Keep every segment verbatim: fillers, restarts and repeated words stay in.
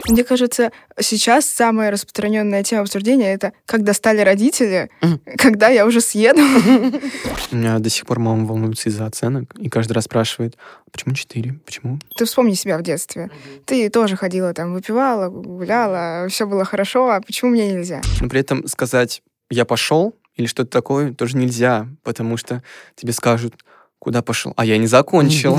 Мне кажется, сейчас самая распространенная тема обсуждения — это когда стали родители, mm. когда я уже съеду. У меня до сих пор мама волнуется из-за оценок и каждый раз спрашивает, почему четыре, почему? Ты вспомни себя в детстве. Ты тоже ходила там, выпивала, гуляла, все было хорошо, а почему мне нельзя? Но при этом сказать «я пошел» или что-то такое тоже нельзя, потому что тебе скажут «куда пошел?» А я не закончила.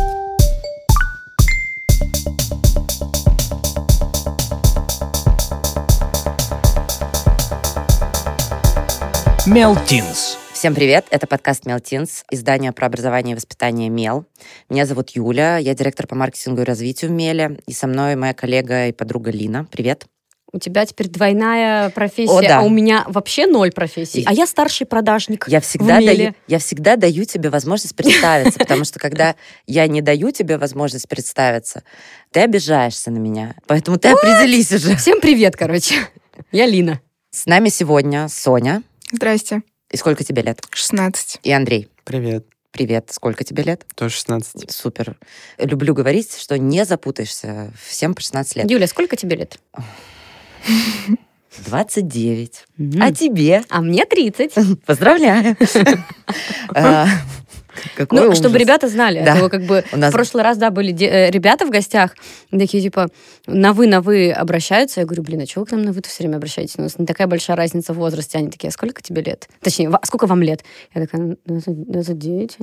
Мелтинс. Всем привет, это подкаст Мелтинс, издание про образование и воспитание Мел. Меня зовут Юля, я директор по маркетингу и развитию в Меле, и со мной моя коллега и подруга Лина. Привет. У тебя теперь двойная профессия, О, да. А у меня вообще ноль профессий. А я старший продажник я всегда в Меле. даю, я всегда даю тебе возможность представиться, потому что когда я не даю тебе возможность представиться, ты обижаешься на меня. Поэтому ты определись уже. Всем привет, короче. Я Лина. С нами сегодня Соня. Здрасте. И сколько тебе лет? шестнадцать. И Андрей. Привет. Привет. Сколько тебе лет? Тоже шестнадцать. Супер. Люблю говорить, что не запутаешься. Всем по шестнадцать лет. Юля, сколько тебе лет? двадцать девять. Mm. А тебе? А мне тридцать. Поздравляю. Какой ну, ужас. чтобы ребята знали. Да. Это, как бы, У нас... В прошлый раз, да, были де- ребята в гостях, такие, типа, на вы, на вы обращаются. Я говорю, блин, а чего вы к нам на вы-то все время обращаетесь? У нас не такая большая разница в возрасте. Они такие, а сколько тебе лет? Точнее, а сколько вам лет? Я такая, двадцать девять.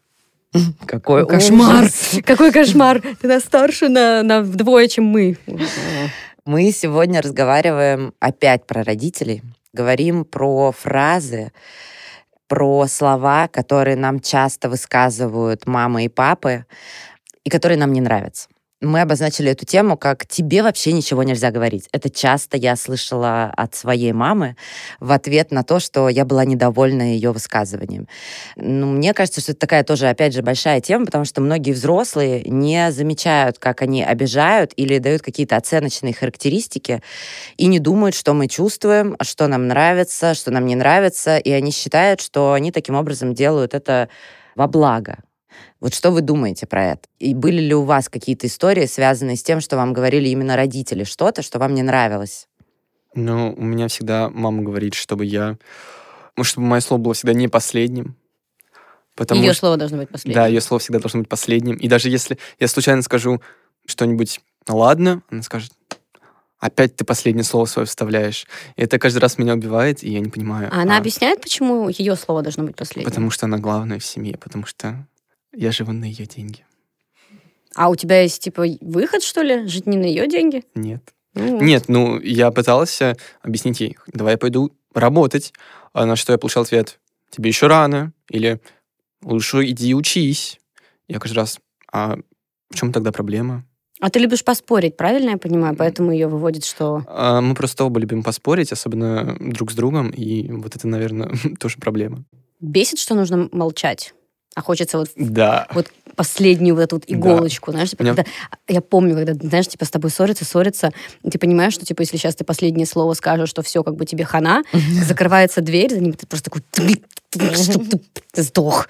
Какой кошмар! ужас. Какой кошмар! Ты нас старше на, на вдвое, чем мы. Мы сегодня разговариваем опять про родителей. Говорим про фразы, про слова, которые нам часто высказывают мамы и папы, и которые нам не нравятся. Мы обозначили эту тему как «тебе вообще ничего нельзя говорить». Это часто я слышала от своей мамы в ответ на то, что я была недовольна ее высказыванием. Ну, мне кажется, что это такая тоже, опять же, большая тема, потому что многие взрослые не замечают, как они обижают или дают какие-то оценочные характеристики и не думают, что мы чувствуем, что нам нравится, что нам не нравится, и они считают, что они таким образом делают это во благо. Вот что вы думаете про это? И были ли у вас какие-то истории, связанные с тем, что вам говорили именно родители что-то, что вам не нравилось? Ну, у меня всегда мама говорит, чтобы я... Ну, чтобы мое слово было всегда не последним. Потому ее что... слово должно быть последним. Да, ее слово всегда должно быть последним. И даже если я случайно скажу что-нибудь «ну ладно», она скажет «опять ты последнее слово свое вставляешь». И это каждый раз меня убивает, и я не понимаю. А она а... объясняет, почему ее слово должно быть последним? Потому что она главная в семье, потому что... Я живу на ее деньги. А у тебя есть, типа, выход, что ли? Жить не на ее деньги? Нет. Ну, Нет, ну, я пытался объяснить ей, давай я пойду работать. А на что я получал ответ, тебе еще рано, или лучше иди учись. Я каждый раз, а в чем тогда проблема? А ты любишь поспорить, правильно я понимаю? Поэтому ее выводит, что... А мы просто оба любим поспорить, особенно друг с другом, и вот это, наверное, тоже проблема. Бесит, что нужно молчать? А хочется вот, да. вот последнюю вот эту вот иголочку, да. знаешь, типа, Меня... когда, я помню, когда, знаешь, типа с тобой ссорятся, ссорятся, и ты понимаешь, что, типа, если сейчас ты последнее слово скажешь, что все, как бы тебе хана, закрывается дверь, за ним ты просто такой, чтоб ты сдох.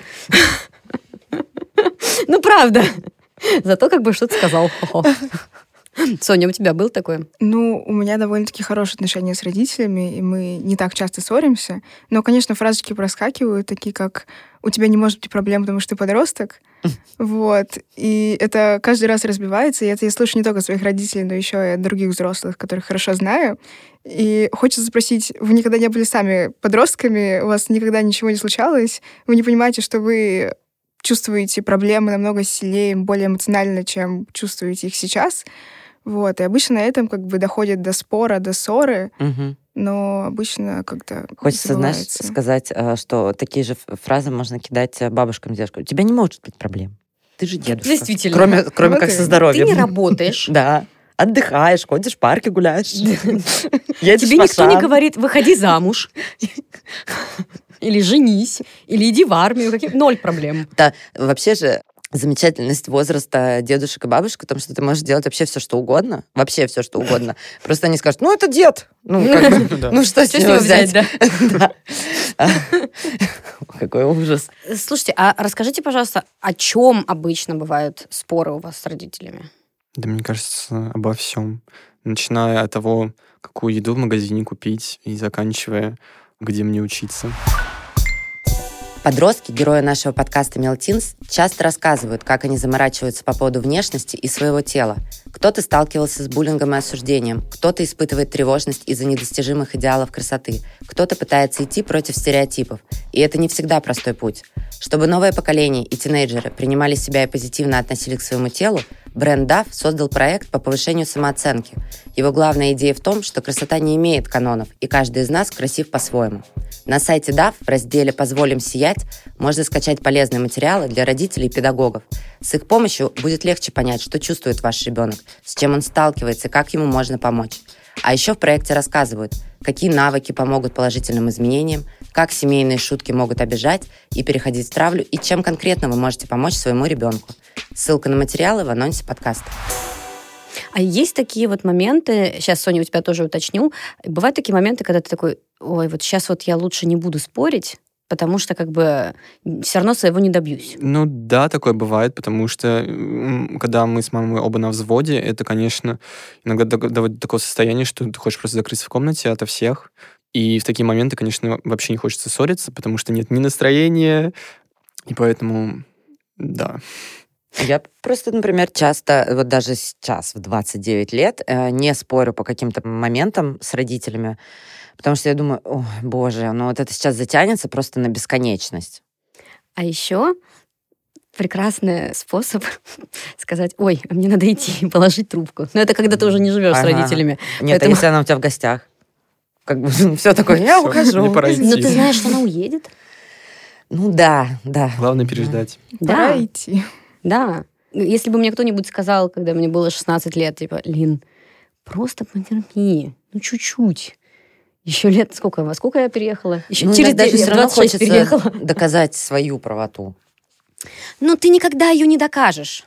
Ну, правда. Зато как бы что-то сказал. Соня, у тебя был такое? Ну, у меня довольно-таки хорошие отношения с родителями, и мы не так часто ссоримся. Но, конечно, фразочки проскакивают, такие как «у тебя не может быть проблем, потому что ты подросток». Вот. И это каждый раз разбивается, и это я слышу не только от своих родителей, но еще и от других взрослых, которых хорошо знаю. И хочется спросить, вы никогда не были сами подростками, у вас никогда ничего не случалось, вы не понимаете, что вы чувствуете проблемы намного сильнее, более эмоционально, чем чувствуете их сейчас. Вот, и обычно на этом как бы доходит до спора, до ссоры, угу. но обычно как-то Хочется, знаешь, сказать, что такие же фразы можно кидать бабушкам, дедушкам. У тебя не может быть проблем. Ты же дедушка. Действительно. Кроме, кроме вот как и. со здоровьем. Ты не работаешь. Да. Отдыхаешь, ходишь в парке, гуляешь. Тебе никто не говорит, выходи замуж. Или женись, или иди в армию. Ноль проблем. Да, вообще же замечательность возраста дедушек и бабушек в том, что ты можешь делать вообще все, что угодно. Вообще все, что угодно. Просто они скажут, ну, это дед. Ну, как бы, ну, что с него взять? Да. Какой ужас. Слушайте, а расскажите, пожалуйста, о чем обычно бывают споры у вас с родителями? Да, мне кажется, обо всем. начиная от того, какую еду в магазине купить, и заканчивая, где мне учиться. Подростки, герои нашего подкаста «Мелтинс», часто рассказывают, как они заморачиваются по поводу внешности и своего тела. Кто-то сталкивался с буллингом и осуждением, кто-то испытывает тревожность из-за недостижимых идеалов красоты, кто-то пытается идти против стереотипов. И это не всегда простой путь. Чтобы новое поколение и тинейджеры принимали себя и позитивно относились к своему телу, бренд Dove создал проект по повышению самооценки. Его главная идея в том, что красота не имеет канонов, и каждый из нас красив по-своему. На сайте Dove в разделе «Позволим сиять» можно скачать полезные материалы для родителей и педагогов. С их помощью будет легче понять, что чувствует ваш ребенок, с чем он сталкивается и как ему можно помочь. А еще в проекте рассказывают, какие навыки помогут положительным изменениям, как семейные шутки могут обижать и переходить в травлю, и чем конкретно вы можете помочь своему ребенку. Ссылка на материалы в анонсе подкаста. А есть такие вот моменты, сейчас, Соня, у тебя тоже уточню, бывают такие моменты, когда ты такой, ой, вот сейчас вот я лучше не буду спорить, потому что как бы все равно своего не добьюсь. Ну да, такое бывает, потому что м, когда мы с мамой оба на взводе, это, конечно, иногда дог- доводит до такого состояния, что ты хочешь просто закрыться в комнате ото всех. И в такие моменты, конечно, вообще не хочется ссориться, потому что нет ни настроения, и поэтому, да. Я просто, например, часто, вот даже сейчас, в двадцать девять лет, э, не спорю по каким-то моментам с родителями, потому что я думаю, о, боже, ну вот это сейчас затянется просто на бесконечность. А еще прекрасный способ сказать, ой, а мне надо идти и положить трубку. Но это когда ты уже не живешь Ага. с родителями. Нет, Поэтому- а если она у тебя в гостях? Как бы все такое, я Всё, ухожу. мне пора идти. Но ты знаешь, что она уедет? Ну да, да. Главное переждать. Пора Да, идти. да. Если бы мне кто-нибудь сказал, когда мне было шестнадцать лет, типа, Лин, просто потерпи, ну чуть-чуть. Еще лет сколько? Во сколько я переехала? Еще Ну, через иногда же девять, все равно двадцать шесть хочется переехала. доказать свою правоту. Ну, ты никогда ее не докажешь.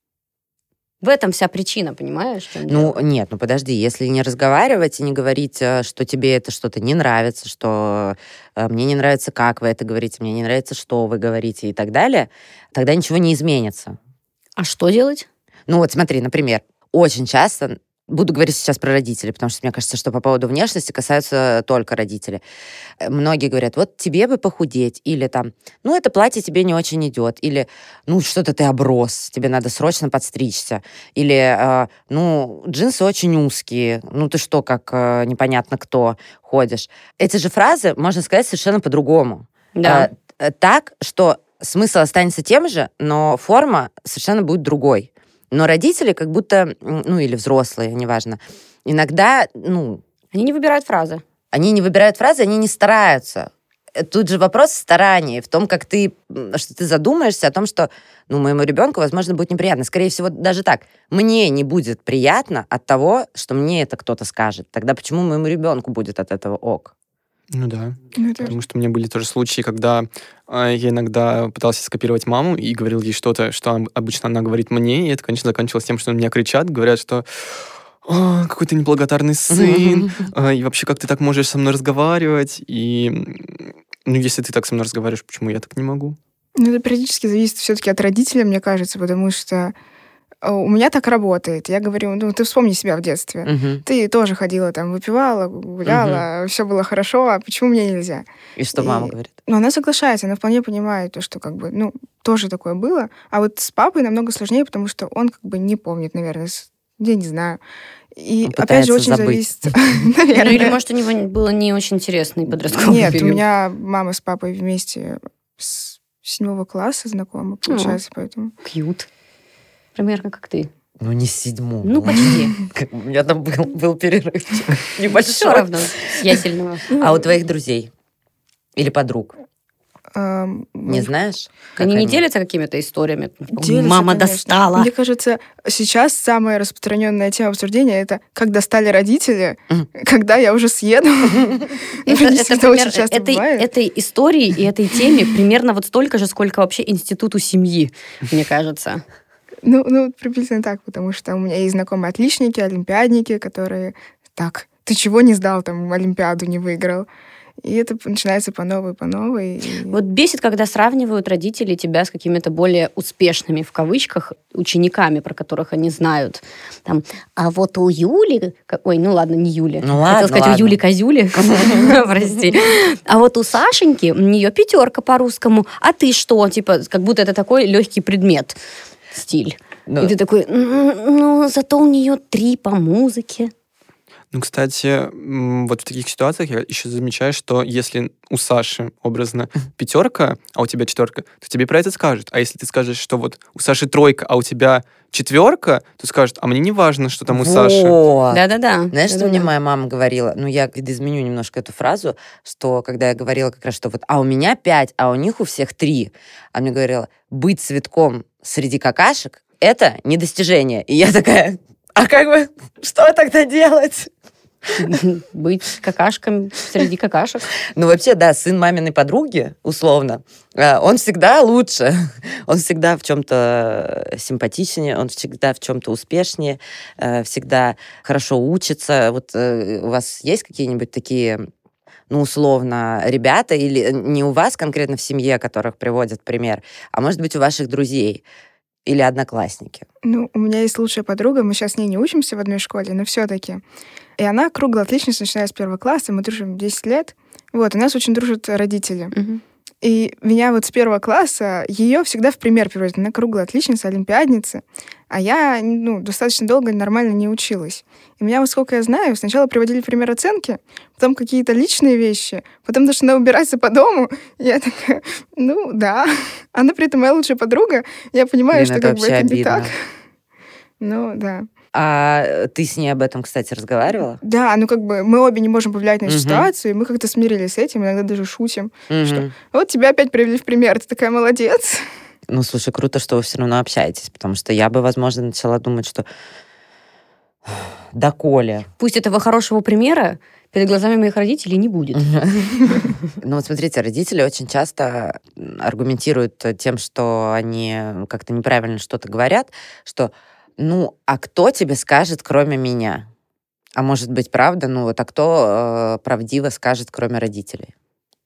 В этом вся причина, понимаешь? в чем Ну, дело? нет, ну подожди, если не разговаривать и не говорить, э, что тебе это что-то не нравится, что э, мне не нравится, как вы это говорите, мне не нравится, что вы говорите и так далее, тогда ничего не изменится. А что делать? Ну вот смотри, например, очень часто, буду говорить сейчас про родителей, потому что мне кажется, что по поводу внешности касаются только родителей. Э, Многие говорят, вот тебе бы похудеть, или там, ну это платье тебе не очень идет, или ну что-то ты оброс, тебе надо срочно подстричься, или э, ну джинсы очень узкие, ну ты что, как э, непонятно кто ходишь. Эти же фразы можно сказать совершенно по-другому. Да. Э, Так, что смысл останется тем же, но форма совершенно будет другой. Но родители как будто, м, ну или взрослые, неважно, иногда, ну, Они не выбирают фразы. они не выбирают фразы, они не стараются. Э, Тут же вопрос старания в том, как ты, м, что ты задумаешься о том, что, ну, моему ребенку, возможно, будет неприятно. Скорее всего, даже так. Мне не будет приятно от того, что мне это кто-то скажет. Тогда почему моему ребенку будет от этого ок? Ну да. Ну, это- Потому что у меня были тоже случаи, когда а, я иногда пытался скопировать маму и говорил ей что-то, что об- обычно она говорит мне, и это, конечно, заканчивалось тем, что на меня кричат, говорят, что «О, какой ты неблагодарный сын, а, и вообще, как ты так можешь со мной разговаривать?» И, м, ну, если ты так со мной разговариваешь, почему я так не могу? Ну, это периодически зависит все-таки от родителя, мне кажется, потому что э, у меня так работает. Я говорю, ну, ты вспомни себя в детстве. Мгм. Ты тоже ходила там, выпивала, гуляла, все было хорошо, а почему мне нельзя? И что И- мама говорит? Но она соглашается, она вполне понимает то, что как бы, ну, тоже такое было. А вот с папой намного сложнее, потому что он как бы не помнит, наверное, с- я не знаю. И Он опять же пытается очень забыть. зависит, Ну, наверное. или, может, у него было не очень интересный подростковый Нет, у период. меня мама с папой вместе с седьмого класса знакомы, получается, поэтому... Кьют. Примерно как ты. Ну, не седьмую. Ну, почти. Как У меня там был, был перерывчик Все небольшой. равно. с ясельного. А у твоих друзей? Или подруг? эм, Не ну, знаешь? как Они не делятся какими-то историями? делятся, Мама конечно. достала. Мне кажется, сейчас самая распространенная тема обсуждения — это как достали родители, Мгм. когда я уже съеду. Ну, Это, действительно, это очень пример- часто этой, бывает. этой истории и этой теме примерно вот столько же, сколько вообще институту семьи, мне кажется. Ну, ну, приблизительно так, потому что у меня есть знакомые отличники, олимпиадники, которые так, ты чего не сдал, там, олимпиаду не выиграл? И это начинается по новой, по новой. И... Вот бесит, когда сравнивают родители тебя с какими-то более успешными, в кавычках, учениками, про которых они знают. Там, а вот у Юли... Ой, ну ладно, не Юли. Ну, Хотела ладно, сказать, ладно. у Юли Козюли. Прости. А вот у Сашеньки, у нее пятерка по-русскому. А ты что? Типа, как будто это такой легкий предмет. Стиль. Ну, И ты такой, ну, зато у нее три по музыке. Ну, кстати, м, вот в таких ситуациях я еще замечаю, что если у Саши образно пятерка, а у тебя четверка, то тебе про это скажут. А если ты скажешь, что вот у Саши тройка, а у тебя четверка, то скажут, а мне не важно, что там у Саши. вот. Да-да-да. Знаешь, что Да-да-да. мне моя мама говорила? Ну, я видоизменю немножко эту фразу, что когда я говорила как раз, что вот, а у меня пять, а у них у всех три. А мне говорила, быть цветком среди какашек — это не достижение. И я такая, а как бы, что тогда делать? Быть какашком среди какашек. Ну, вообще, да, сын маминой подруги, условно, э, он всегда лучше. Он всегда в чем-то симпатичнее, он всегда в чем-то успешнее, э, всегда хорошо учится. Вот э, у вас есть какие-нибудь такие, ну, условно, ребята, или не у вас конкретно в семье, которых приводят пример, а может быть, у ваших друзей или одноклассники? Ну, у меня есть лучшая подруга, мы сейчас с ней не учимся в одной школе, но все-таки. И она круглая отличница, начиная с первого класса, мы дружим десять лет. Вот, у нас очень дружат родители. Мгм. И меня вот с первого класса, ее всегда в пример приводят. Она круглая отличница, олимпиадница. А я, ну, достаточно долго нормально не училась. И меня, вот сколько я знаю, сначала приводили в пример оценки, потом какие-то личные вещи, потом должна убираться по дому. И я такая, ну, да. Она при этом моя лучшая подруга. Я понимаю, Блин, что это как бы вообще это не обидно. так. Ну, да. А ты с ней об этом, кстати, разговаривала? Да, ну как бы мы обе не можем повлиять на эту Мгм. ситуацию, и мы как-то смирились с этим, иногда даже шутим. Мгм. Что? Вот тебя опять привели в пример, ты такая молодец. Ну, слушай, круто, что вы все равно общаетесь, потому что я бы, возможно, начала думать, что да, Коля. Пусть этого хорошего примера перед глазами моих родителей не будет. Ну вот смотрите, родители очень часто аргументируют тем, что они как-то неправильно что-то говорят, что ну, а кто тебе скажет, кроме меня? А может быть, правда? Ну вот, а кто э, правдиво скажет, кроме родителей?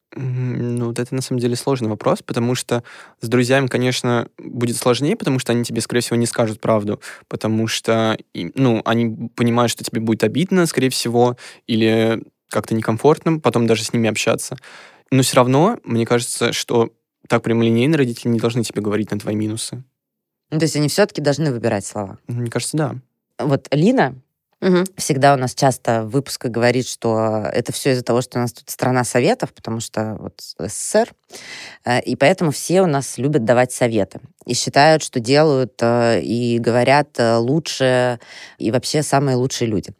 М, Ну, вот это на самом деле сложный вопрос, потому что с друзьями, конечно, будет сложнее, потому что они тебе, скорее всего, не скажут правду, потому что, и- ну, они понимают, что тебе будет обидно, скорее всего, или как-то некомфортно потом даже с ними общаться. Но все равно, мне кажется, что так прямолинейно родители не должны тебе говорить на твои минусы. Ну, то есть они все-таки должны выбирать слова. Мне кажется, да. Вот Лина Мгм. всегда у нас часто в выпусках говорит, что это все из-за того, что у нас тут страна советов, потому что вот СССР, э, и поэтому все у нас любят давать советы. И считают, что делают э, и говорят э, лучше, и вообще самые лучшие люди.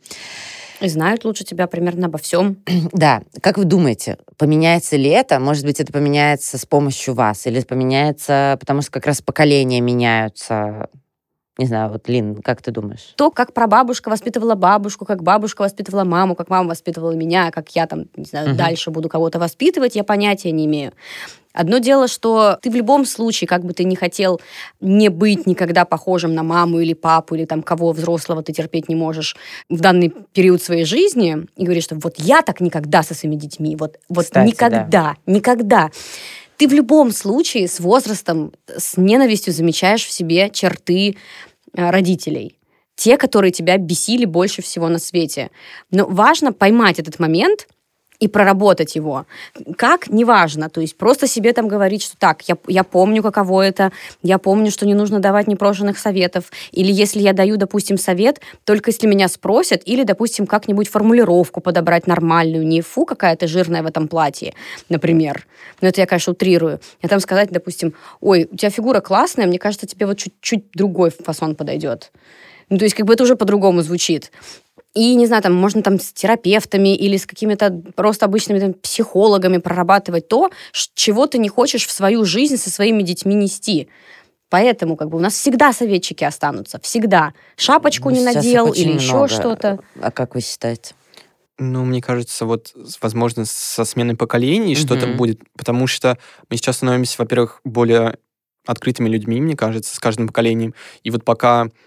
И знают лучше тебя примерно обо всем. Да, как вы думаете, поменяется ли это? Может быть, это поменяется с помощью вас? Или поменяется, потому что как раз поколения меняются? Не знаю, вот, Лин, как ты думаешь? То, как прабабушка воспитывала бабушку, как бабушка воспитывала маму, как мама воспитывала меня, как я там, не знаю, Мгм. дальше буду кого-то воспитывать, я понятия не имею. Одно дело, что ты в любом случае, как бы ты ни хотел не быть никогда похожим на маму или папу, или там кого взрослого ты терпеть не можешь в данный период своей жизни, и говоришь, что вот я так никогда со своими детьми, вот, вот Кстати, никогда, никогда. Ты в любом случае с возрастом, с ненавистью замечаешь в себе черты э, родителей. Те, которые тебя бесили больше всего на свете. Но важно поймать этот момент и проработать его. Как? Неважно. То есть просто себе там говорить, что так, я, я помню, каково это, я помню, что не нужно давать непрошенных советов. Или если я даю, допустим, совет, только если меня спросят, или, допустим, как-нибудь формулировку подобрать нормальную, не фу, какая ты жирная в этом платье, например. Но это я, конечно, утрирую. А там сказать, допустим, ой, у тебя фигура классная, мне кажется, тебе вот чуть-чуть другой фасон подойдет. Ну, то есть как бы это уже по-другому звучит. И, не знаю, там, можно там с терапевтами или с какими-то просто обычными там, психологами прорабатывать то, ш- чего ты не хочешь в свою жизнь со своими детьми нести. Поэтому как бы у нас всегда советчики останутся. Всегда. Шапочку Ну, не сейчас их надел очень или еще много. что-то. А как вы считаете? Ну, мне кажется, вот, с- возможно, со сменой поколений что-то Мгм. будет, потому что мы сейчас становимся, во-первых, более открытыми людьми, мне кажется, с каждым поколением. И вот пока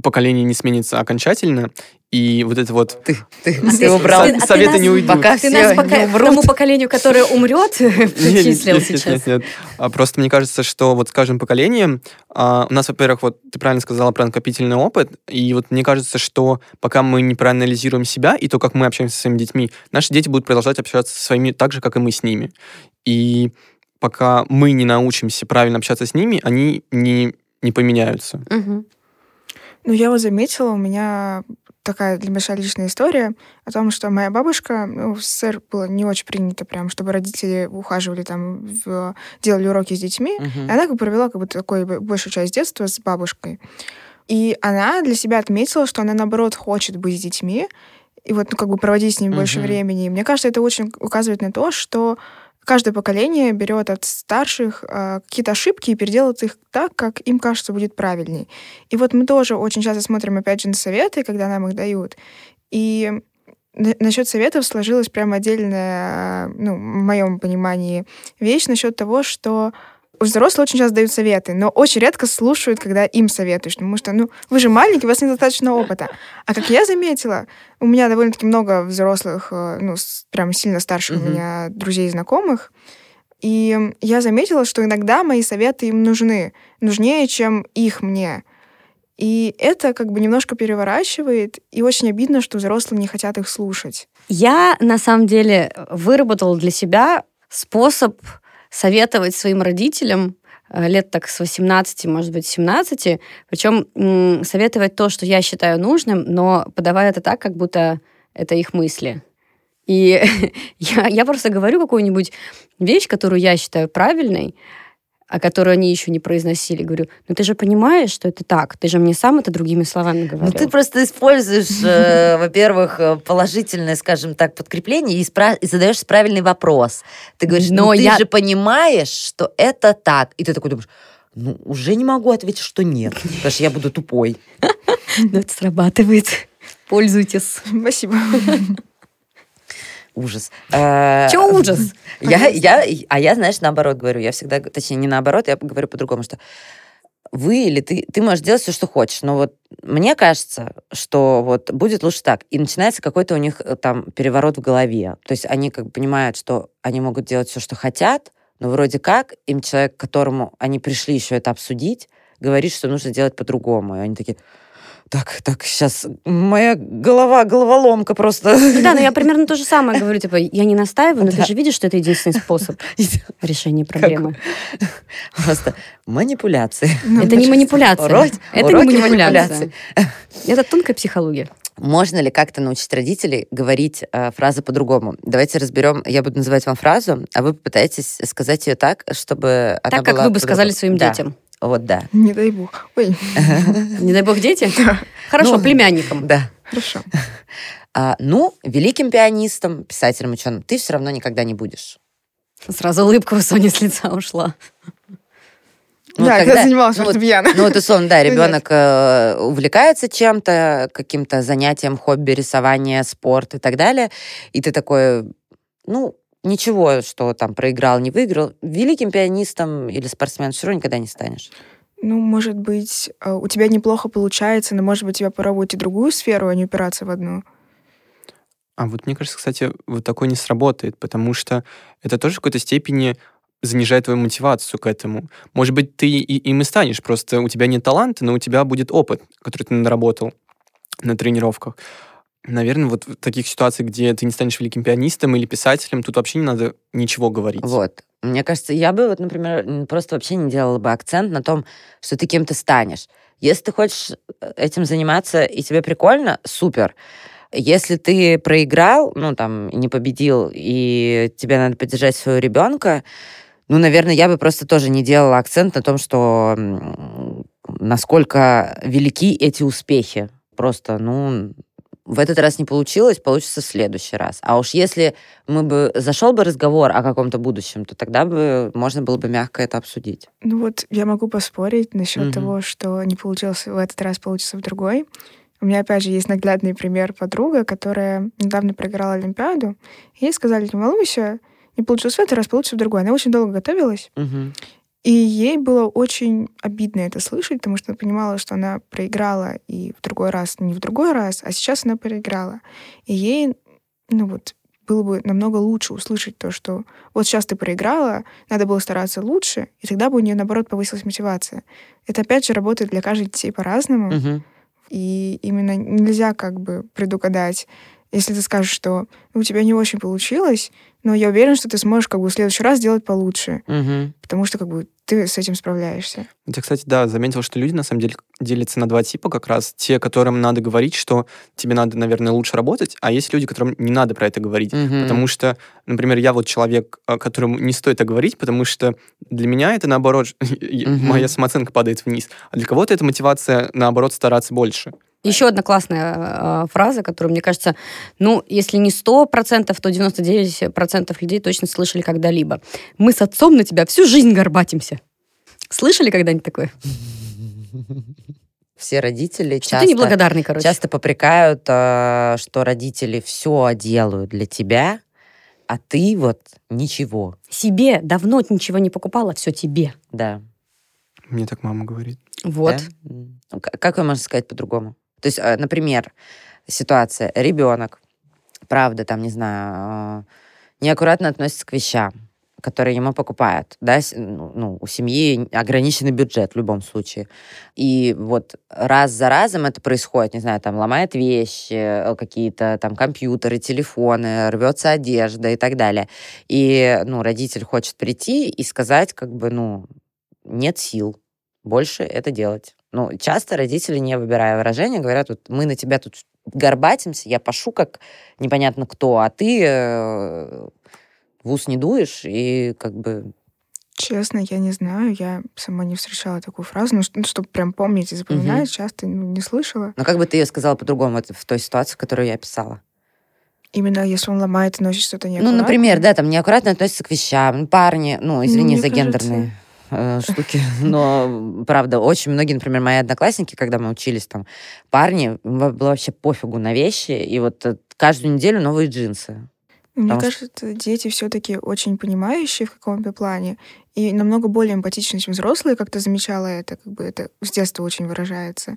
поколение не сменится окончательно, и вот это вот... Ты, ты, А ты ты- убрал. ты- а ты Советы нас- не уйдут. Пока Ты все нас пока не к умрут. тому поколению, которое умрет, причислил Нет, нет, сейчас. нет, нет. А Просто мне кажется, что вот с каждым поколением а, у нас, во-первых, вот ты правильно сказала про накопительный опыт, и вот мне кажется, что пока мы не проанализируем себя и то, как мы общаемся со своими детьми, наши дети будут продолжать общаться со своими так же, как и мы с ними. И пока мы не научимся правильно общаться с ними, они не, не поменяются. Мгм. Ну, я вот заметила, у меня такая большая личная история о том, что моя бабушка, ну, в СССР было не очень принято прям, чтобы родители ухаживали там, в- делали уроки с детьми. Мгм. И она как бы провела как бы такой б- большую часть детства с бабушкой. И она для себя отметила, что она, наоборот, хочет быть с детьми и вот, ну, как бы проводить с ними больше Мгм. времени. И мне кажется, это очень указывает на то, что каждое поколение берет от старших э, какие-то ошибки и переделывает их так, как им кажется будет правильней. И вот мы тоже очень часто смотрим, опять же, на советы, когда нам их дают. И на- насчет советов сложилась прям отдельная, э, ну, в моем понимании, вещь насчет того, что взрослые очень часто дают советы, но очень редко слушают, когда им советуешь, потому что, ну, вы же маленький, у вас недостаточно опыта. А как я заметила, у меня довольно-таки много взрослых, э, ну, с- прям сильно старших Мгм. у меня друзей и знакомых, и я заметила, что иногда мои советы им нужны, нужнее, чем их мне. И это как бы немножко переворачивает, и очень обидно, что взрослые не хотят их слушать. Я, на самом деле, выработала для себя способ советовать своим родителям э, лет так с восемнадцати, может быть, семнадцати, причем м, советовать то, что я считаю нужным, но подавая это так, как будто это их мысли. И я, я просто говорю какую-нибудь вещь, которую я считаю правильной, а которую они еще не произносили. Говорю, ну ты же понимаешь, что это так, ты же мне сам это другими словами Ну, говорил. ты просто используешь, э, во-первых, э, положительное, скажем так, подкрепление и, спра- и задаешь правильный вопрос. Ты говоришь, Но ну ты я- же понимаешь, что это так. И ты такой думаешь, ну уже не могу ответить, что нет, потому что я буду тупой. Но это срабатывает. Пользуйтесь. Спасибо. Ужас. Э, Че ужас? Я, я, а я, знаешь, наоборот говорю. Я всегда, точнее, не наоборот, я говорю по-другому, что вы или ты, ты можешь делать все, что хочешь, но вот мне кажется, что вот будет лучше так. И начинается какой-то у них э, там переворот в голове. То есть они как бы понимают, что они могут делать все, что хотят, но вроде как им человек, к которому они пришли еще это обсудить, говорит, что нужно делать по-другому. И они такие, так, так, сейчас моя голова, головоломка просто. Да, но я примерно то же самое говорю. Типа, я не настаиваю, но Да. ты же видишь, что это единственный способ решения проблемы. Просто манипуляции. Ну, Это не манипуляция. Уроки- Это уроки не манипуляция. манипуляций. Это тонкая психология. Можно ли как-то научить родителей говорить э, фразы по-другому? Давайте разберем. Я буду называть вам фразу, а вы попытаетесь сказать ее так, чтобы она Так, как была вы бы сказали по-другому. своим Да. детям. Вот, да. Не дай бог. Ой, Не дай бог дети? Хорошо, Ну, племянникам. Да. хорошо. А, ну, великим пианистом, писателем, ученым ты все равно никогда не будешь. Сразу улыбка у Сони с лица ушла. Ну, Да, когда- я занималась ну, вот- фортепиано. Ну, вот условно, да, Ну, нет. ребенок э, увлекается чем-то, каким-то занятием, хобби, рисование, спорт и так далее, и ты такой, ну, ничего, что там проиграл, не выиграл, великим пианистом или спортсменом все равно никогда не станешь. Ну, может быть, э, у тебя неплохо получается, но, может быть, тебе попробовать и другую сферу, а не упираться в одну. А вот мне кажется, кстати, вот такое не сработает, потому что это тоже в какой-то степени занижает твою мотивацию к этому. Может быть, ты и, им и станешь, просто у тебя нет таланта, но у тебя будет опыт, который ты наработал на тренировках. Наверное, вот в таких ситуациях, где ты не станешь великим пианистом или писателем, тут вообще не надо ничего говорить. Вот. Мне кажется, я бы, вот, например, м, просто вообще не делала бы акцент на том, что ты кем-то станешь. Если ты хочешь этим заниматься, и тебе прикольно, супер. Если ты проиграл, ну, там, не победил, и тебе надо поддержать своего ребенка, ну, наверное, я бы просто тоже не делала акцент на том, что м, насколько велики эти успехи. Просто, ну, в этот раз не получилось, получится в следующий раз. А уж если мы бы зашел бы разговор о каком-то будущем, то тогда бы можно было бы мягко это обсудить. Ну вот я могу поспорить насчет Мгм. того, что не получилось в этот раз, получится в другой. У меня, опять же, есть наглядный пример подруга, которая недавно проиграла Олимпиаду. Ей сказали, не волнуйся, не получилось в этот раз, получится в другой. Она очень долго готовилась. Мгм. И ей было очень обидно это слышать, потому что она понимала, что она проиграла и в другой раз, не в другой раз, а сейчас она проиграла. И ей, ну вот, было бы намного лучше услышать то, что вот сейчас ты проиграла, надо было стараться лучше, и тогда бы у нее, наоборот, повысилась мотивация. Это, опять же, работает для каждой детей по-разному. Мгм. И именно нельзя как бы предугадать, если ты скажешь, что «Ну, у тебя не очень получилось, но я уверен, что ты сможешь как бы в следующий раз сделать получше, Мгм. потому что как бы ты с этим справляешься». Вот я, кстати, да, заметил, что люди на самом деле делятся на два типа как раз. Те, которым надо говорить, что тебе надо, наверное, лучше работать, а есть люди, которым не надо про это говорить. Мгм. Потому что, например, я вот человек, а, которому не стоит это говорить, потому что для меня это, наоборот, и- Мгм. моя самооценка падает вниз. А для кого-то это мотивация, наоборот, стараться больше. Еще одна классная э, фраза, которую, мне кажется, ну, если не сто процентов, то девяносто девять процентов людей точно слышали когда-либо. Мы с отцом на тебя всю жизнь горбатимся. Слышали когда-нибудь такое? Все родители Что часто, ты неблагодарный, короче. часто попрекают, а, что родители все делают для тебя, а ты вот ничего. Себе давно ничего не покупала, все тебе. Да. Мне так мама говорит. Вот. Да? М. Ну, к- Как вы можете сказать по-другому? То есть, э, например, ситуация. Ребенок, правда, там, не знаю, э, неаккуратно относится к вещам, которые ему покупают. Да? с- Ну, ну, у семьи ограниченный бюджет в любом случае. И вот раз за разом это происходит, не знаю, там ломает вещи, э, какие-то там компьютеры, телефоны, рвется одежда и так далее. И, ну, родитель хочет прийти и сказать, как бы, ну, нет сил больше это делать. Ну, часто родители, не выбирая выражения, говорят, вот мы на тебя тут горбатимся, я пашу как непонятно кто, а ты э, в ус не дуешь, и как бы... Честно, я не знаю, я сама не встречала такую фразу, ну, чтобы прям помнить и запоминать, часто ну, не слышала. Ну, как бы ты ее сказала по-другому вот в той ситуации, которую я описала? Именно если он ломает и носит что-то Ну, неаккуратное. например, да, там неаккуратно относятся к вещам. Парни, ну, извини мне за кажется- гендерные э, штуки, но, правда, очень многие, например, мои одноклассники, когда мы учились, там, парни, им было вообще пофигу на вещи, и вот э, каждую неделю новые джинсы. Мне Потому что- кажется, дети все-таки очень понимающие в каком-то плане и намного более эмпатичны, чем взрослые, как-то замечала это, как бы это с детства очень выражается.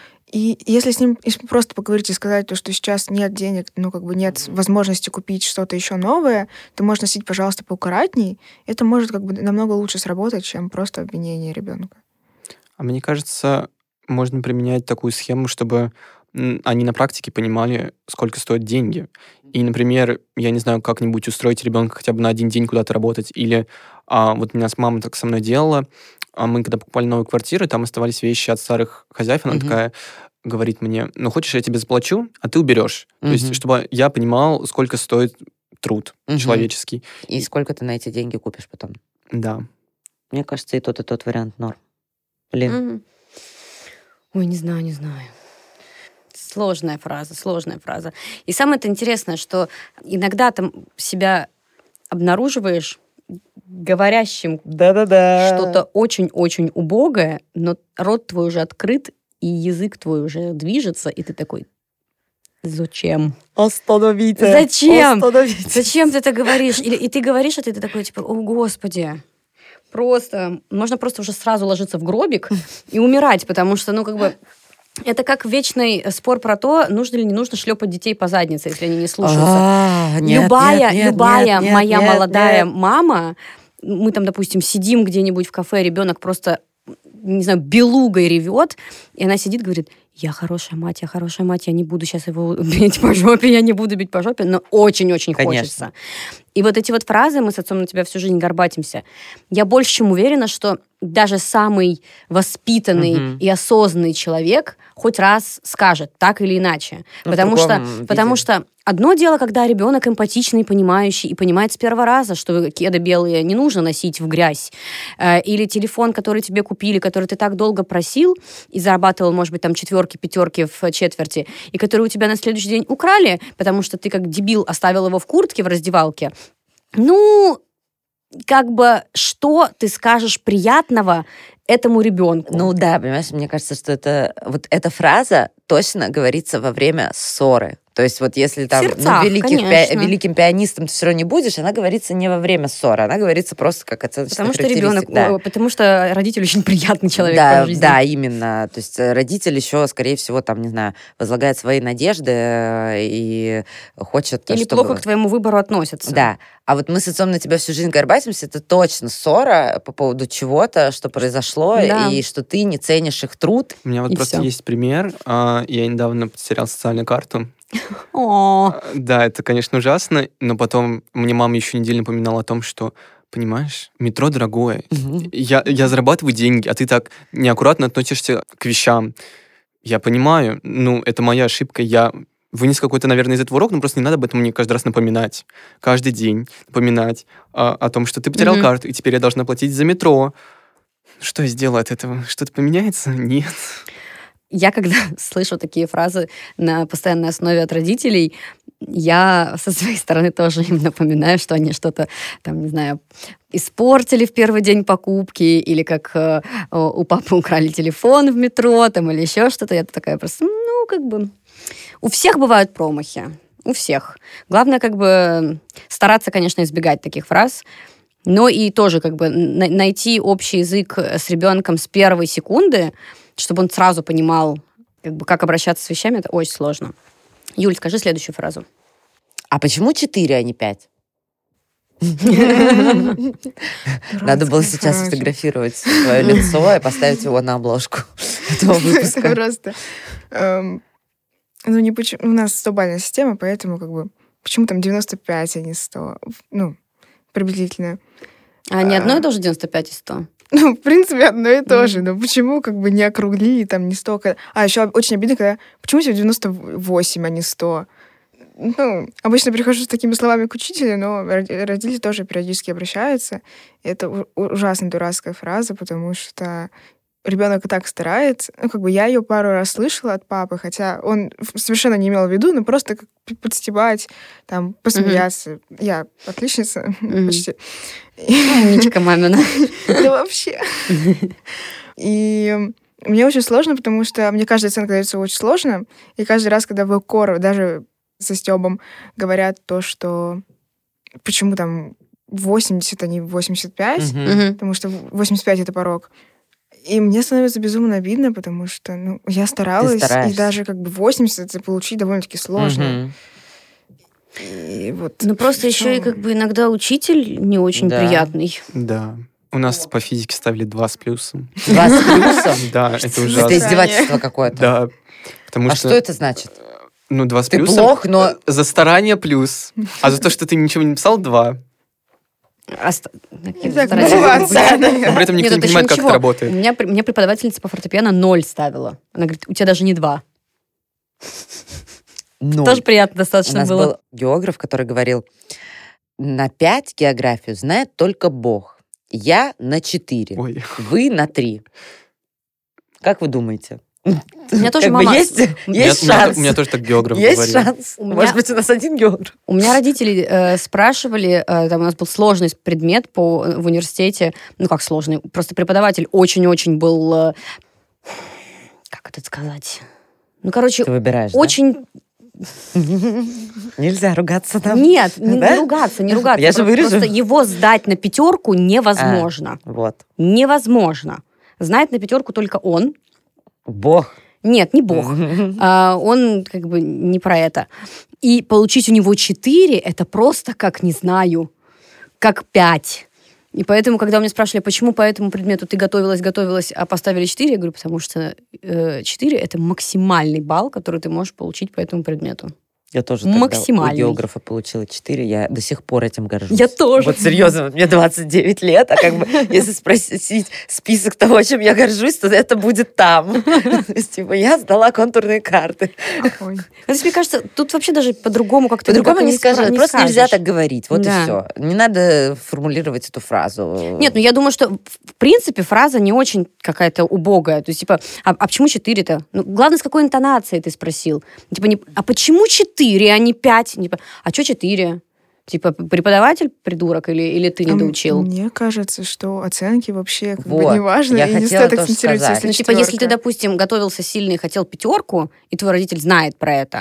И если с ним если просто поговорить и сказать то, что сейчас нет денег, ну, как бы нет возможности купить что-то еще новое, ты можешь носить, пожалуйста, поаккуратней, это может как бы намного лучше сработать, чем просто обвинение ребенка. А мне кажется, можно применять такую схему, чтобы м, они на практике понимали, сколько стоят деньги. И, например, я не знаю, как-нибудь устроить ребенка хотя бы на один день куда-то работать. Или а, вот у меня с мамой так со мной делала. А мы когда покупали новую квартиру, там оставались вещи от старых хозяев. Она Мгм. такая говорит мне, ну, хочешь, я тебе заплачу, а ты уберешь. То Мгм. есть, чтобы я понимал, сколько стоит труд Мгм. человеческий. И сколько ты на эти деньги купишь потом? Да. Мне кажется, и тот, и тот вариант норм. Блин. Мгм. Ой, не знаю, не знаю. Сложная фраза, сложная фраза. И самое-то интересное, что иногда там себя обнаруживаешь говорящим Да-да-да. что-то очень-очень убогое, но рот твой уже открыт, и язык твой уже движется, и ты такой, зачем? Остановите. Зачем? Остановите. Зачем ты это говоришь? Или, и ты говоришь это, и ты такой, типа, о, Господи. Просто, можно просто уже сразу ложиться в гробик и умирать, потому что, ну, как бы, это как вечный спор про то, нужно ли не нужно шлепать детей по заднице, если они не слушаются. А, нет, любая нет, нет, любая нет, нет, моя нет, молодая нет. мама, мы там, допустим, сидим где-нибудь в кафе, ребенок просто, не знаю, белугой ревет, и она сидит, говорит, я хорошая мать, я хорошая мать, я не буду сейчас его бить по жопе, я не буду бить по жопе, но очень-очень Конечно. хочется. И вот эти вот фразы «мы с отцом на тебя всю жизнь горбатимся», я больше чем уверена, что даже самый воспитанный Мгм. и осознанный человек хоть раз скажет так или иначе. Ну, в потому что, другом виде. потому что одно дело, когда ребенок эмпатичный, понимающий и понимает с первого раза, что кеды белые не нужно носить в грязь, э, или телефон, который тебе купили, который ты так долго просил и зарабатывал, может быть, там четверки, пятерки в четверти, и который у тебя на следующий день украли, потому что ты как дебил оставил его в куртке в раздевалке. Ну, как бы, что ты скажешь приятного этому ребенку? Ну да, понимаешь, мне кажется, что это вот эта фраза точно говорится во время ссоры. То есть вот если там сердцах, ну, великих пи- конечно. великим пианистом ты все равно не будешь, она говорится не во время ссоры, она говорится просто как оценочная Потому что ребенок, характеристика. Да. о, потому что родитель очень приятный человек Да, по жизни. да, именно. То есть родитель еще, скорее всего, там, не знаю, возлагает свои надежды э, и хочет, Или чтобы... плохо к твоему выбору относятся. Да. А вот мы с отцом на тебя всю жизнь горбатимся, это точно ссора по поводу чего-то, что произошло, Да. и что ты не ценишь их труд. У меня вот И просто всё. есть пример. а, Я недавно потерял социальную карту. О, А, Да, это, конечно, ужасно, но потом мне мама еще неделю напоминала о том, что, понимаешь, метро дорогое. Я, я зарабатываю деньги, а ты так неаккуратно относишься к вещам. Я понимаю, ну, это моя ошибка, я вынес какой-то, наверное, из этого урок, но просто не надо об этом мне каждый раз напоминать. Каждый день напоминать а, о том, что ты потерял Мгм. карту, и теперь я должна платить за метро. Что я сделаю от этого? Что-то поменяется? Нет. я когда слышу такие фразы на постоянной основе от родителей, я со своей стороны тоже им напоминаю, что они что-то, там, не знаю, испортили в первый день покупки, или как э, у папы украли телефон в метро, там, или еще что-то. Я такая просто, ну, как бы... У всех бывают промахи. У всех. Главное, как бы, стараться, конечно, избегать таких фраз, но и тоже, как бы, на- найти общий язык с ребенком с первой секунды, чтобы он сразу понимал, как бы, как обращаться с вещами, это очень сложно. Юль, скажи следующую фразу. А почему четыре, а не пять? Надо было сейчас сфотографировать свое лицо и поставить его на обложку этого выпуска. Просто. эм, Ну, не почему... У нас стобальная система, поэтому как бы... Почему там девяносто пять, а не сто? Ну, приблизительно. А не одно и А. то же девяносто пять и сто? Ну, в принципе, одно и то Мгм. же. Но почему как бы не округлили там не столько... А, еще очень обидно, когда... Почему всего девяносто восемь, а не сто? Ну, обычно прихожу с такими словами к учителю, но роди- родители тоже периодически обращаются. И это у- ужасно дурацкая фраза, потому что ребенок и так старается. Ну, как бы я ее пару раз слышала от папы, хотя он ф- совершенно не имел в виду, но просто как п- подстебать, там, посмеяться. Я отличница Мгм. почти. Умничка мамина. Да вообще. И мне очень сложно, потому что мне каждая оценка дается очень сложно. И каждый раз, когда в укор, даже со Стёбом, говорят то, что почему там восемьдесят, а не восемьдесят пять, Мгм. Мгм. потому что восемьдесят пять — это порог. И мне становится безумно обидно, потому что, ну, я старалась, и стараешься. даже как бы восемьдесят это получить довольно-таки сложно. Мгм. И вот... Ну, просто в еще и чём? как бы иногда учитель не очень Да. приятный. Да. У нас по физике ставили два с плюсом. Два с плюсом? Да, это за Это ужасно. издевательство какое-то. Да. Потому А что... что это значит? Ну, два с Ты плюсом. плох, но... За старание плюс. А за то, что ты ничего не написал, два. Оста- Итак, Старайся. мотивация. Но при этом никто Нет, не это понимает, еще как ничего. это У работает. меня, при- мне преподавательница по фортепиано ноль ставила. Она говорит, у тебя даже не два. Ноль. Тоже приятно У достаточно нас было. был географ, который говорил, на пять географию знает только Бог. Я на четыре. Ой. Вы на три. Как вы думаете? У меня тоже Как бы мама... есть, У меня- есть у меня- шанс. У меня тоже так географ Есть говорил. шанс. У меня- Может быть, у нас один географ. У меня родители э, спрашивали, э, там у нас был сложный предмет по, в университете, ну как сложный, просто преподаватель очень-очень был, э, как это сказать, ну короче, Ты выбираешь, да? очень... Нельзя ругаться там. Нет, не, Да? не ругаться, не ругаться. Я же Про- вырежу. Просто его сдать на пятерку невозможно. Вот. Невозможно. Знает на пятерку только он. Бог. Нет, не Бог. А, он как бы не про это. И получить у него четыре, это просто как, не знаю, как пять. И поэтому, когда у меня спрашивали, почему по этому предмету ты готовилась, готовилась, а поставили четыре, я говорю, потому что э, четыре — это максимальный балл, который ты можешь получить по этому предмету. Я тоже тогда Максимальный. у географа получила четыре, я до сих пор этим горжусь. Я тоже. Вот серьезно, мне двадцать девять лет, а как бы если спросить список того, чем я горжусь, то это будет там. То есть, типа, я сдала контурные карты. Ой. Ну, то есть, мне кажется, тут вообще даже по-другому как-то По-другому никак не скажешь, спра- просто нельзя скажешь. так говорить, вот Да. и все. Не надо формулировать эту фразу. Нет, ну я думаю, что в принципе фраза не очень какая-то убогая. То есть, типа, а, а почему четыре-то? Ну, главное, с какой интонацией ты спросил. Типа, не, а почему четыре, а не пять? Типа, а что четыре? Типа, преподаватель придурок или, или ты не А доучил? Мне кажется, что оценки вообще как Вот, бы не важны, я и не хотела стоит тоже акцентировать, сказать. если Ну, типа, если ты, четвёрка. допустим, готовился сильно и хотел пятерку, и твой родитель знает про это,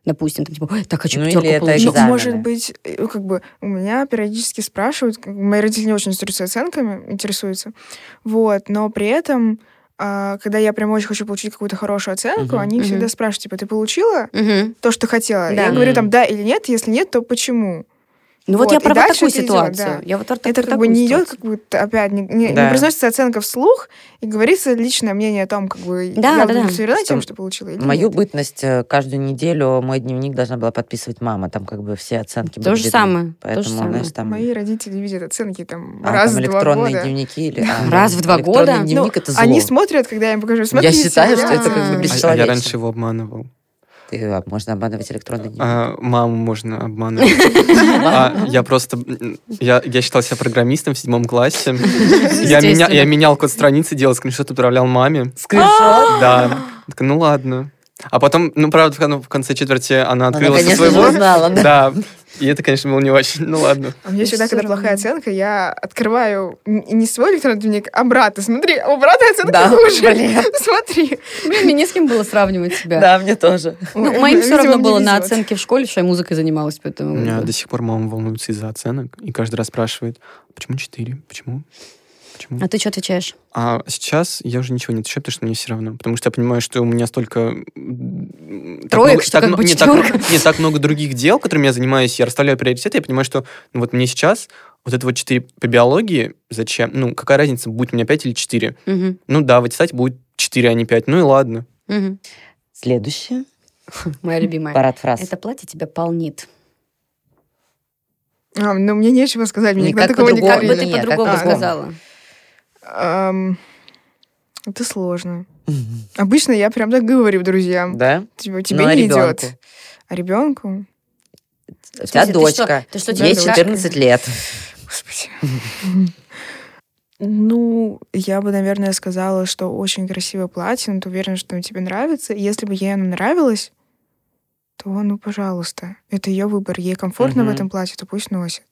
допустим, там, типа, «Ой, так хочу Ну, пятерку или это получить». Ну, экзамены. может быть, э, как бы у меня периодически спрашивают, как бы, мои родители не очень интересуются оценками, интересуются, вот, но при этом, а, когда я прям очень хочу получить какую-то хорошую оценку, Мгм. они Мгм. всегда спрашивают, типа, ты получила Мгм. то, что хотела? Да. Я говорю там М. да или нет, если нет, то почему? Ну вот, Вот, я и про вот дальше такую это идет, ситуацию. да. Я вот про Это про как бы такую не идет, ситуацию. как бы, опять, не, не- не Да. произносится оценка вслух, и говорится личное мнение о том, как бы, Да, я да, да. удовлетворена Что тем, что получила или Мою нет. бытность э, каждую неделю мой дневник должна была подписывать мама. Там как бы все оценки То были же видны. самое, то Поэтому, же самое. знаешь, там... Мои родители видят оценки там А, раз там в два электронные года. дневники или... а, Раз да. в два Электронный года? дневник — Ну, это зло. они смотрят, когда я им покажу, Я смотрите. считаю, что я- это как бы А. А, а я бесчеловечно. раньше его обманывал. Ты, а, можно обманывать электронный дневник. А, маму можно обманывать. А, я просто... м, Я, я считал себя программистом в седьмом классе. Я, меня, Естественно. я менял код страницы, делал скриншот, отправлял маме. Скриншот? Да. Такая, ну ладно. А потом, ну, правда, в, ну, в конце четверти она Она, открыла со конечно же, своего... узнала, да. Да. И это, конечно, было не очень. Ну ладно. А мне Ну, всегда, всё когда плохая равно. оценка, я открываю н- не свой электронный дневник, а брата. Смотри, у брата оценка Да, хуже. блин. Смотри. Блин, мне не с кем было сравнивать себя. Да, мне тоже. Ну, Ой, моим все видимо, равно мне было на везет. оценке в школе, что я музыкой занималась, У поэтому... меня как бы. до сих пор мама волнуется из-за оценок. И каждый раз спрашивает, почему четыре? Почему? Почему? А ты что отвечаешь? А сейчас я уже ничего не отвечаю, потому что мне все равно. Потому что я понимаю, что у меня столько... м, так Троек, много- что так как мно- бы не, так, четверка. не так много других дел, которыми я занимаюсь. Я расставляю приоритеты, я понимаю, что ну, вот мне сейчас вот это вот четыре по биологии, зачем? Ну, какая разница, будет у меня пять или четыре? Мгм, Ну да, в аттестате будет четыре, а не пять. Ну и ладно. мгм. Следующее. Моя любимая. Парад фраз. Это платье тебя полнит. А, ну, мне нечего сказать, мне никогда Никак такого не по-другому. Как бы говорили. ты Нет, по-другому как по-другому. сказала? Ам, Это сложно. Обычно я прям так говорю друзьям. Да? Типа, тебе Ну, а не ребенку? идет. А ребенку? У тебя смысле, ты дочка. что- ты что, Ей девочка? четырнадцать лет. Господи. Ну, я бы, наверное, сказала, что очень красивое платье, но ты уверена, что оно тебе нравится. И если бы ей оно нравилось, то, ну, пожалуйста. Это ее выбор. Ей комфортно в Мгм. этом платье, то пусть носит.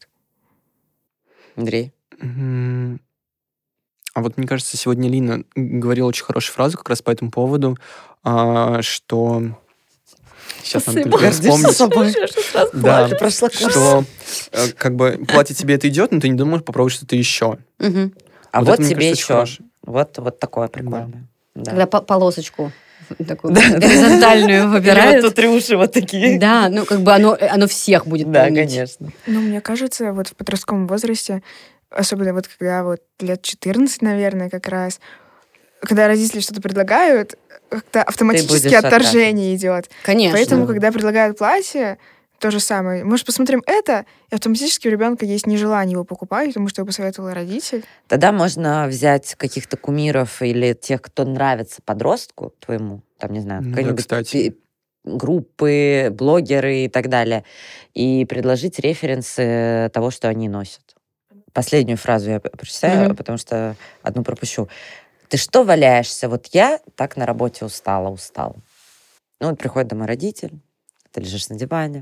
Андрей. М, А вот мне кажется, сегодня Лина говорила очень хорошую фразу как раз по этому поводу, а, что... Сейчас надо Спасибо. только вспомнить. собой. Да, Ты прошла курс. что э, как бы платье тебе это идет, но ты не думаешь попробовать что-то еще. Мгм. А Вот вот это, мне тебе кажется, очень еще. хорошо. Вот, вот такое прикольное. Да. Когда по- полосочку такую Да. горизонтальную Или вот выбирают. тут рюши вот такие. Да, ну как бы оно, оно всех будет Да, помнить. конечно. Ну, мне кажется, вот в подростковом возрасте, особенно вот когда вот лет четырнадцать, наверное, как раз, когда родители что-то предлагают, как-то автоматически будешь отторжение идет. Конечно. Поэтому, когда предлагают платье, то же самое. Может, посмотрим это, и автоматически у ребенка есть нежелание его покупать, потому что его посоветовал родитель. Тогда можно взять каких-то кумиров или тех, кто нравится подростку твоему, там, не знаю, Ну да, какой-нибудь кстати. пи- группы, блогеры и так далее, и предложить референсы того, что они носят. Последнюю фразу я п- прочитаю, Мгм. потому что одну пропущу. Ты что валяешься? Вот я так на работе устала, устал. Ну, вот приходит домой родитель, ты лежишь на диване,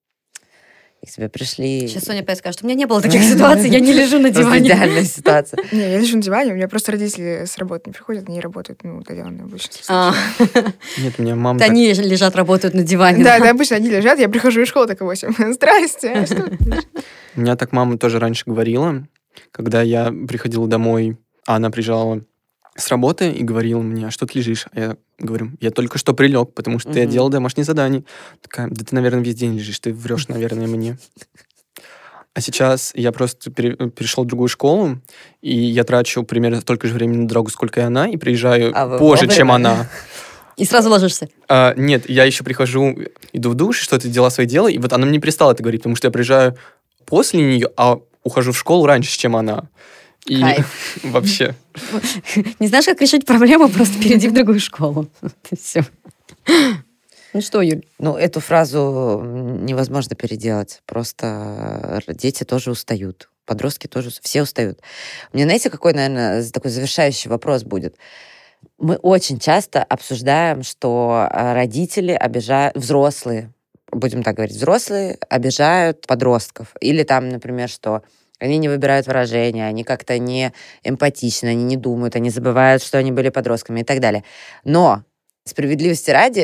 и к тебе пришли... Сейчас Соня опять скажет, у меня не было таких ситуаций, я не лежу на Просто диване. идеальная ситуация. Не, я лежу на диване, у меня просто родители с работы не приходят, они работают, ну, удаленно обычно. А, Нет, у меня мама... это так- они лежат, работают на диване. Да, да, обычно они лежат, я прихожу из школы, такая восемь. Здрасте. а что ты лежишь? У меня так мама тоже раньше говорила, когда я приходил домой, а она приезжала с работы и говорила мне, а что ты лежишь? А я говорю, я только что прилег, потому что я Мгм. делал домашнее задание. Такая, да ты, наверное, весь день лежишь, ты врешь, наверное, мне. А сейчас я просто пере- перешел в другую школу, и я трачу примерно столько же времени на дорогу, сколько и она, и приезжаю А вы позже, вовремя? чем она. И сразу ложишься. А, нет, я еще прихожу, иду в душ, что-то дела свои делаю, и вот она мне перестала это говорить, потому что я приезжаю после нее, а ухожу в школу раньше, чем она. И Кайф. вообще. Не знаешь, как решить проблему, просто перейди в другую школу. Все. Ну что, Юль? Ну, эту фразу невозможно переделать. Просто дети тоже устают. Подростки тоже... ус- Все устают. У меня, знаете, какой, наверное, такой завершающий вопрос будет? Мы очень часто обсуждаем, что а, родители обижают... Взрослые, будем так говорить, взрослые обижают подростков. Или там, например, что они не выбирают выражения, они как-то не эмпатичны, они не думают, они забывают, что они были подростками и так далее. Но, справедливости ради,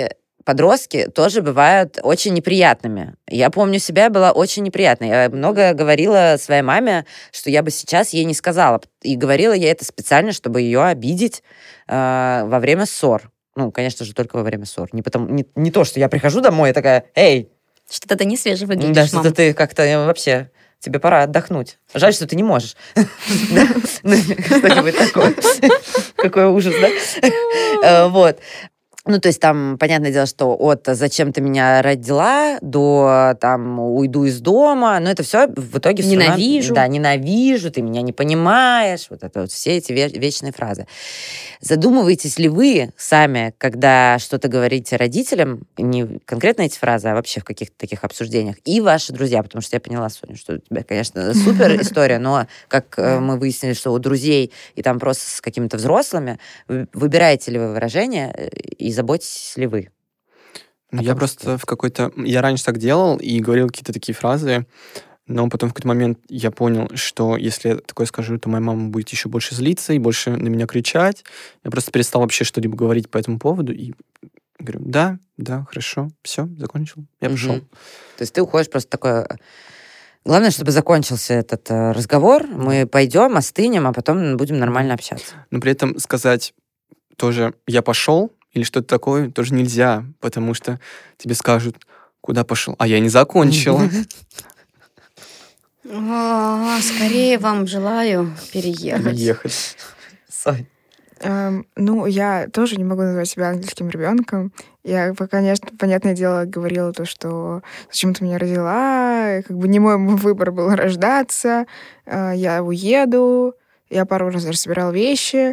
подростки тоже бывают очень неприятными. Я помню себя, я была очень неприятной. Я много говорила своей маме, что я бы сейчас ей не сказала. И говорила я это специально, чтобы ее обидеть э, во время ссор. Ну, конечно же, только во время ссор. Не, потому, не, не то, что я прихожу домой и такая, эй! Что-то ты не свеже выглядишь, Да, мам. что-то ты как-то вообще... Тебе пора отдохнуть. Жаль, что ты не можешь. Что-нибудь такое. Какой ужас, да? Вот. Ну, то есть там, понятное дело, что от «зачем ты меня родила» до там «уйду из дома», но это все в итоге... Ненавижу. Да, ненавижу, ты меня не понимаешь. Вот это вот все эти вечные фразы. Задумываетесь ли вы сами, когда что-то говорите родителям, не конкретно эти фразы, а вообще в каких-то таких обсуждениях, и ваши друзья, потому что я поняла, Соня, что у тебя, конечно, супер история, но как мы выяснили, что у друзей и там просто с какими-то взрослыми, выбираете ли вы выражения и заботитесь ли вы? Ну, я просто в какой-то... Я раньше так делал и говорил какие-то такие фразы, но потом в какой-то момент я понял, что если я такое скажу, то моя мама будет еще больше злиться и больше на меня кричать. Я просто перестал вообще что-либо говорить по этому поводу и говорю, да, да, хорошо, все, закончил, я пошел. То есть ты уходишь просто такое... Главное, чтобы закончился этот э, разговор, мы пойдем, остынем, а потом будем нормально общаться. Но при этом сказать тоже «я пошел» или что-то такое тоже нельзя, потому что тебе скажут «куда пошел?» А я не закончила. О, скорее вам желаю переехать. Переехать. Сонь. Эм, ну, я тоже не могу назвать себя английским ребенком. Я, конечно, понятное дело, говорила то, что зачем ты меня родила, как бы не мой выбор был рождаться, э, я уеду, я пару раз даже собирала вещи,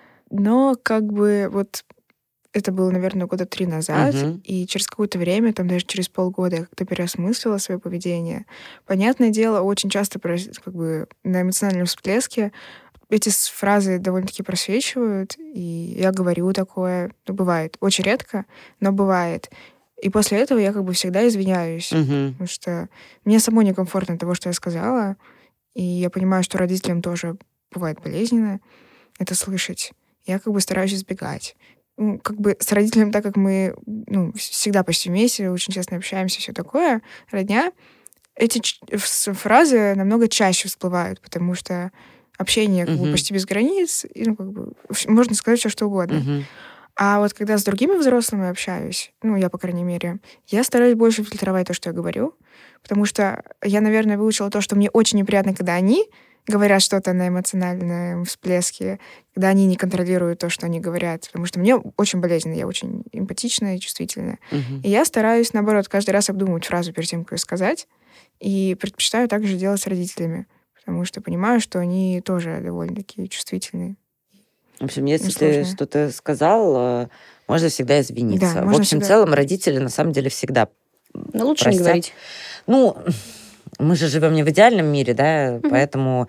но как бы вот это было, наверное, года три назад, Мгм. и через какое-то время, там даже через полгода, я как-то переосмыслила свое поведение. Понятное дело, очень часто прос- как бы на эмоциональном всплеске эти с- фразы довольно-таки просвечивают, и я говорю такое, ну, бывает, очень редко, но бывает. И после этого я как бы всегда извиняюсь, Мгм. потому что мне самой некомфортно от того, что я сказала, и я понимаю, что родителям тоже бывает болезненно это слышать. Я как бы стараюсь избегать. Ну, как бы с родителями, так как мы ну, вс- всегда почти вместе, очень честно общаемся, все такое, родня, эти ч- фс- фразы намного чаще всплывают, потому что общение как бы Мгм. почти без границ, и, ну, как бы, вс- можно сказать все, что угодно. Мгм. А вот когда с другими взрослыми общаюсь, ну, я, по крайней мере, я стараюсь больше фильтровать то, что я говорю, потому что я, наверное, выучила то, что мне очень неприятно, когда они говорят что-то на эмоциональном всплеске, когда они не контролируют то, что они говорят, потому что мне очень болезненно, я очень эмпатичная и чувствительная. Мгм. И я стараюсь, наоборот, каждый раз обдумывать фразу перед тем, как ее сказать, и предпочитаю также делать с родителями, потому что понимаю, что они тоже довольно-таки чувствительные. В общем, если Им ты сложно. что-то сказал, э, можно всегда извиниться. Да, В можно общем, в всегда. целом родители на самом деле всегда Но лучше не простят. говорить. Ну, мы же живем не в идеальном мире, да, Мгм. поэтому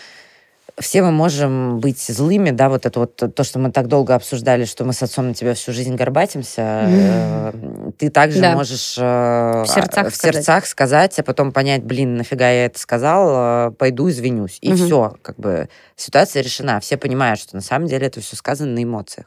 все мы можем быть злыми, да, вот это вот то, что мы так долго обсуждали, что мы с отцом на тебя всю жизнь горбатимся. э, Ты также Да. можешь э, а, В сердцах в сказать. сердцах сказать, а потом понять, блин, нафига я это сказал, э, пойду извинюсь. И Мгм. все, как бы ситуация решена. Все понимают, что на самом деле это все сказано на эмоциях.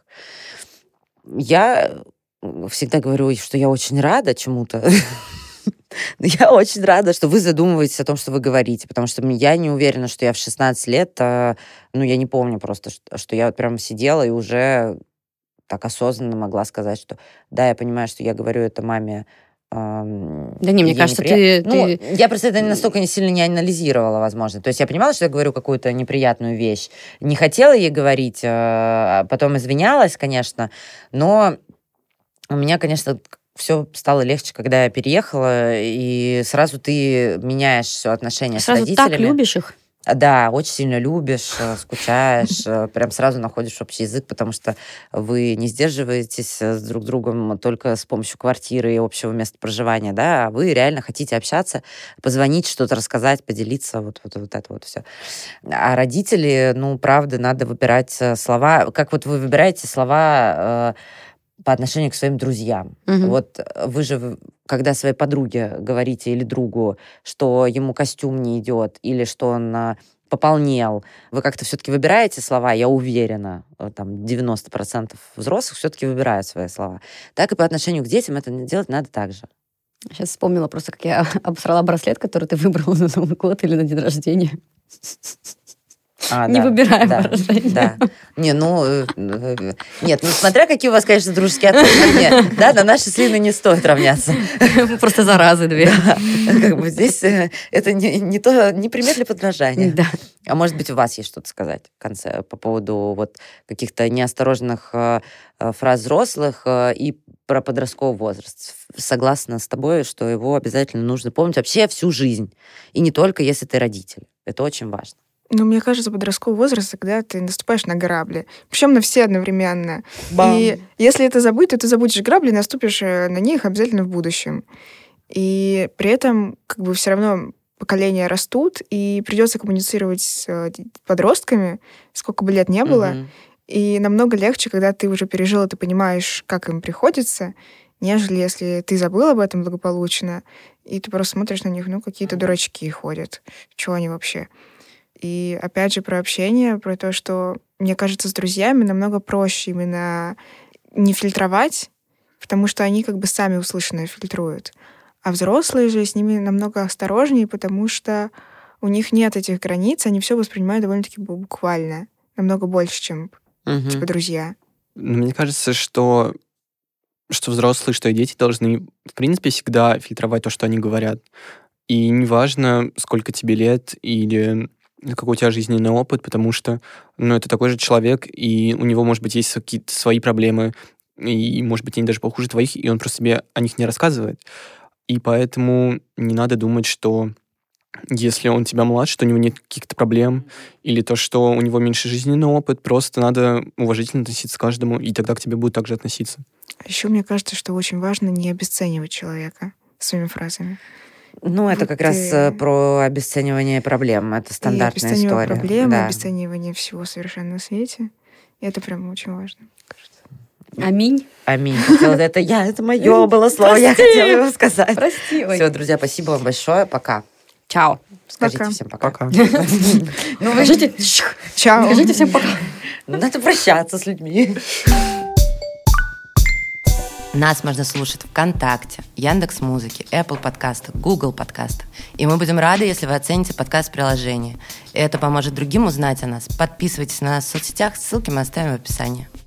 Я всегда говорю, что я очень рада чему-то. Но я очень рада, что вы задумываетесь о том, что вы говорите, потому что я не уверена, что я в шестнадцать лет, э, ну, я не помню просто, что, что я вот прям сидела и уже так осознанно могла сказать, что да, я понимаю, что я говорю это маме. эм, Да не, мне ей кажется, неприятно. ты- Ну, ты- я просто это настолько не сильно не анализировала, возможно. То есть я понимала, что я говорю какую-то неприятную вещь. Не хотела ей говорить, э, а потом извинялась, конечно, но у меня, конечно, все стало легче, когда я переехала, и сразу ты меняешь все отношения Сразу с родителями. так любишь их. Да, очень сильно любишь, э, скучаешь, э, прям сразу находишь общий язык, потому что вы не сдерживаетесь э, с друг другом только с помощью квартиры и общего места проживания, да, а вы реально хотите общаться, позвонить, что-то рассказать, поделиться, вот, вот, вот это вот все. А родители, ну, правда, надо выбирать э, слова, как вот вы выбираете слова, э, по отношению к своим друзьям. Мгм. Вот вы же, когда своей подруге говорите или другу, что ему костюм не идет, или что он а, пополнел, вы как-то все-таки выбираете слова, я уверена, э, там девяносто процентов взрослых все-таки выбирают свои слова. Так и по отношению к детям это делать надо так же. Сейчас вспомнила просто, как я обсрала браслет, который ты выбрала на Новый год или на день рождения. А, Не да, выбираем да, выражение. да. Не, ну, э, э, нет, ну, смотря какие у вас, конечно, дружеские отношения, да, на наши слины не стоит равняться. Просто заразы две. Да, как бы здесь э, это не, не то, не пример для подражания. Да. А может быть, у вас есть что-то сказать в конце по поводу вот каких-то неосторожных э, э, фраз взрослых э, и про подростковый возраст. Согласна с тобой, что его обязательно нужно помнить вообще всю жизнь. И не только, если ты родитель. Это очень важно. Ну, мне кажется, подростковый возраст, когда ты наступаешь на грабли. Причем на все одновременно. Бам. И если это забыть, то ты забудешь грабли и наступишь э, на них обязательно в будущем. И при этом как бы все равно поколения растут, и придется коммуницировать с э, подростками, сколько бы лет не было. Мгм. И намного легче, когда ты уже пережил, и ты понимаешь, как им приходится, нежели если ты забыл об этом благополучно, и ты просто смотришь на них, ну, какие-то дурачки ходят. Чего они вообще? И опять же про общение, про то, что, мне кажется, с друзьями намного проще именно не фильтровать, потому что они как бы сами услышанное фильтруют. А взрослые же с ними намного осторожнее, потому что у них нет этих границ, они все воспринимают довольно-таки бу- буквально, намного больше, чем Мгм. типа друзья. Ну, мне кажется, что, что взрослые, что и дети должны, в принципе, всегда фильтровать то, что они говорят. И неважно, сколько тебе лет или какой у тебя жизненный опыт, потому что, ну, это такой же человек, и у него, может быть, есть какие-то свои проблемы, и, может быть, они даже похуже твоих, и он просто тебе о них не рассказывает. И поэтому не надо думать, что если он тебя младше, что у него нет каких-то проблем, или то, что у него меньше жизненный опыт, просто надо уважительно относиться к каждому, и тогда к тебе будут также относиться. А еще мне кажется, что очень важно не обесценивать человека своими фразами. Ну, это Вот как раз ты- э, про обесценивание проблем. Это И стандартная обесценивание история. проблемы, Да. обесценивание всего совершенно на свете. И это прям очень важно. Аминь. Аминь. Хотела- Это я, это мое было слово, я Прости. хотела его сказать. Прости. ой. Все, друзья, спасибо вам большое. Пока. Чао. Скажите Пока. всем пока. Пока. Ну, вы Скажите, Чао! скажите всем пока. надо прощаться с людьми. Нас можно слушать ВКонтакте, Яндекс.Музыке, Apple подкастах, Google подкастах. И мы будем рады, если вы оцените подкаст в приложении. Это поможет другим узнать о нас. Подписывайтесь на нас в соцсетях, ссылки мы оставим в описании.